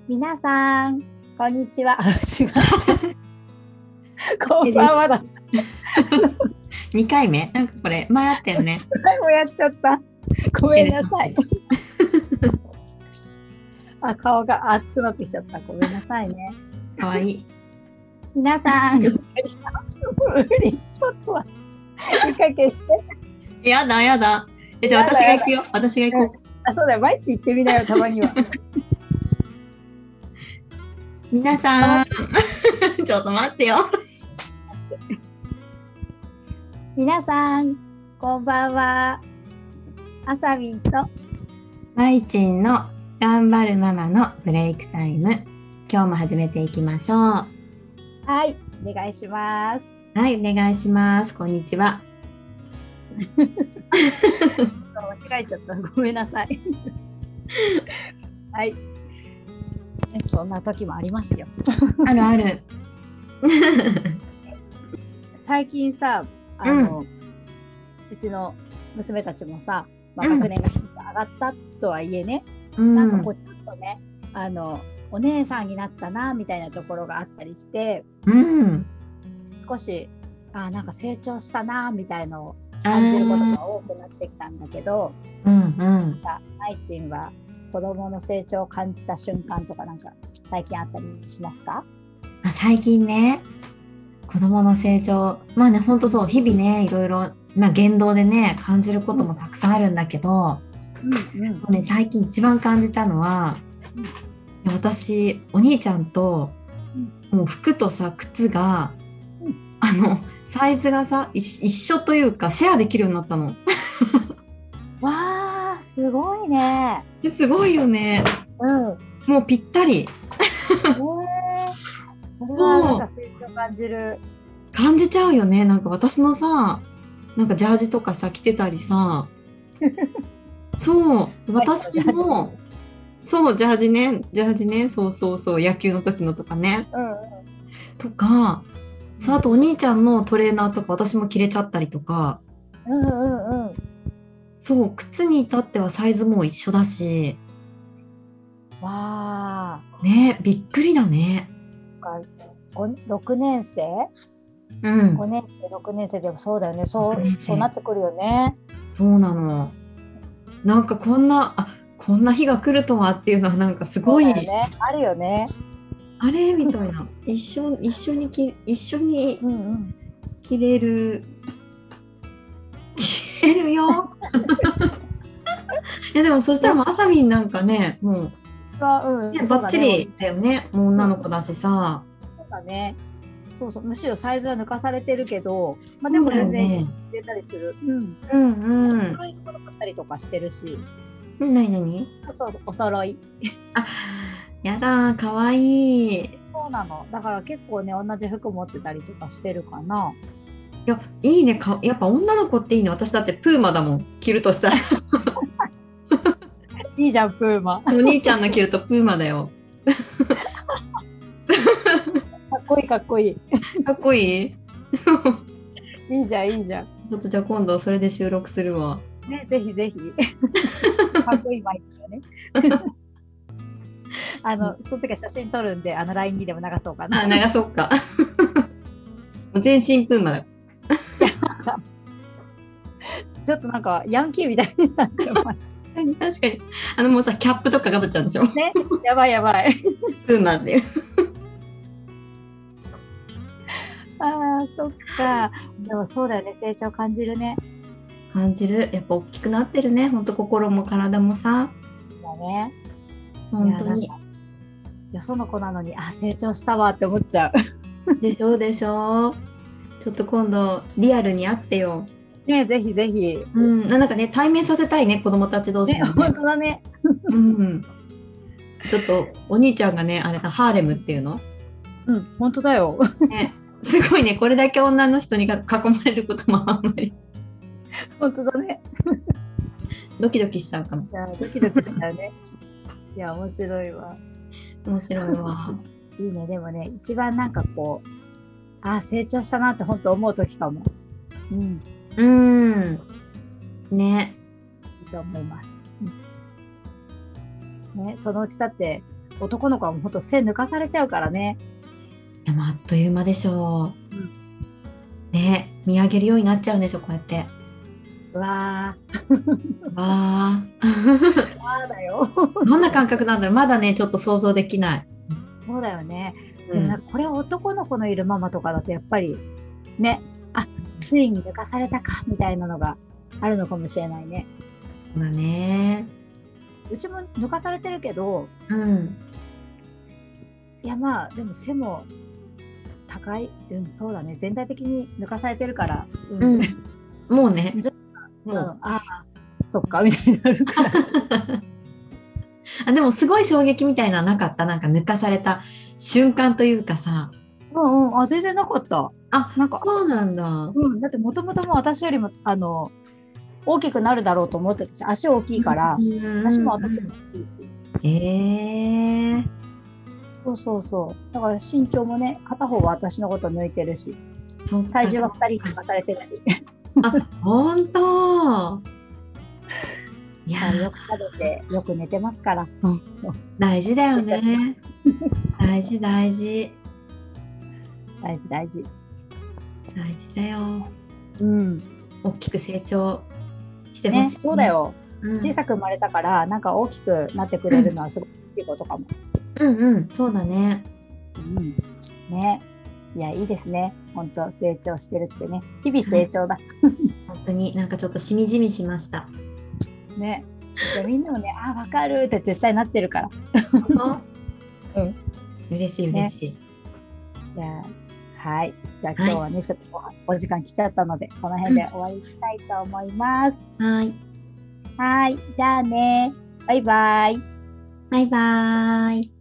皆さん、こんにちは。違う。こんばんはだ。 2回目なんかこれ前あったよね。 前もやっちゃった。ごめんなさい。顔が熱くなってきちゃった。ごめんなさいね。 かわいい。 皆さん、ちょっとは一回消して。 やだやだ。じゃあ私が行くよ。私が行こう。 そうだよ。毎日行ってみなよ、たまには。 皆さん、ちょっと待ってよ。 皆さん、こんばんは。あさみんとまいちんの頑張るママのブレイクタイム。今日も始めていきましょう。 はい、お願いします。 はい、お願いします。こんにちは。 間違えちゃった。ごめんなさい。はい。そんな時もありますよ。 あるある。 最近さ、うちの娘たちもさ、学年が1つ上がったとはいえね、なんかこうちょっとね、お姉さんになったなみたいなところがあったりして、少しなんか成長したなみたいのを感じることが多くなってきたんだけど、まいちんは子供の成長を感じた瞬間とかなんか最近あったりしますか？ 最近ね、子供の成長、まあね、ほんとそう、日々ね、いろいろ、言動でね、感じることもたくさんあるんだけど、最近一番感じたのは、私、お兄ちゃんと、もう服とさ、靴が、サイズがさ、一緒というか、シェアできるようになったの。 わー、すごいね。 すごいよね。もうぴったり。 それはなんか成長感じる。 感じちゃうよね。なんか私のさ、なんかジャージとかさ着てたりさ、そう私もそうジャージね、そう野球の時のとかね、とかさ、あとお兄ちゃんのトレーナーとか私も着れちゃったりとか、そう靴に至ってはサイズも一緒だし、 わーね、びっくりだね。 6年生5年生6年生でもそうだよね。そうなってくるよね。 そうなの。なんかこんな日が来るとはっていうのはなんかすごい、 ね、あるよね。 あれみたいな。一緒に着れるよ。いやでもそしたらもうあさみんなんかね、もうバッチリだよね。もう女の子だしさ。 そうだね。そうむしろサイズは抜かされてるけど、でも全然入れたりする。揃い物買ったりとかしてるし。 何？ そうお揃い。 やだー、かわいい。 そうなの。だから結構ね、同じ服持ってたりとかしてるかな。 いや、いいね。やっぱ女の子っていいね。私だってプーマだもん。着るとしたら。 いいじゃん、プーマ。 お兄ちゃんの着るとプーマだよ。 かっこいい。かっこいいいいじゃん。 ちょっとじゃあ今度それで収録するわ。 ね、ぜひ。かっこいいマイクをね。その時は写真撮るんで、LINE にでも流そうかな。 流そうか。全身プーマだよ。 ちょっとなんかヤンキーみたいになっちゃう。確かに。もうさ、キャップとかかぶっちゃうんでしょ。 ね、やばい。 プーマっていう。 そっか。でもそうだよね、成長感じるね。 感じる。やっぱ大きくなってるね。ほんと心も体もさ。 だね。 本当に。 よその子なのに、成長したわって思っちゃう。でしょ。ちょっと今度リアルに会ってよ。 ね、ぜひ。 なんかね、対面させたいね、子供たち同士もね。 本当だね。 ちょっとお兄ちゃんがね、あれだ、ハーレムっていうの。 本当だよ。 ね、すごいね、これだけ女の人に囲まれることもあんまり。 本当だね。 ドキドキしちゃうかも。 ドキドキしちゃうね。いや、面白いわ。いいね、でもね、一番なんかこう、成長したなって本当思う時かも。 ね。 いいと思います。ね、そのうちだって男の子はもうほんと背抜かされちゃうからね。 でもあっという間でしょうん、 う。ね、見上げるようになっちゃうんでしょ、こうやって。 うわわー。 ー、わーだよ。 どんな感覚なんだろう。まだね、ちょっと想像できない。 そうだよね。 うん、 でもなんかこれ男の子のいるママとかだとやっぱりね、あ、ついに抜かされたかみたいなのがあるのかもしれないね。 そうだね。 うちも抜かされてるけど、 うん。 いやまあでも背も高い、うん、そうだね。全体的に抜かされてるから、うん、 うん。もうね、 うん、 もう。 ああ、そっかみたいになるから。 あ、でもすごい衝撃みたいなのなかった？なんか抜かされた瞬間というかさ。 うんうん、あ、全然なかった。 あ、 なんか、 そうなんだ。 うん、だってもともとも私よりも大きくなるだろうと思ってたし、足大きいから、足も私よりも大きいし。そうそうそう。だから身長もね、片方は私のこと抜いてるし、 そっか。 体重は2人に抜かされてるし。 あ、本当。いやよく食べて、よく寝てますから。 大事だよね。大事大事。 大事大事。 大事だよ。 うん。 大きく成長してほしい、 ね、そうだよ。 うん、 小さく生まれたから、なんか大きくなってくれるのはすごくいいことかも。 うんうん、そうだね。 うん。ね。いや、いいですね。本当成長してるってね。日々成長だ。 本当になんかちょっとしみじみしました。 ね。じゃみんなもね、あ、わかるって絶対なってるから。うん。 嬉しい嬉しい。 じゃあ、はい。じゃあ今日はね、ちょっとお時間来ちゃったので、この辺で終わりたいと思います。 はい。 はい。じゃあね。バイバイ。 バイバーイ。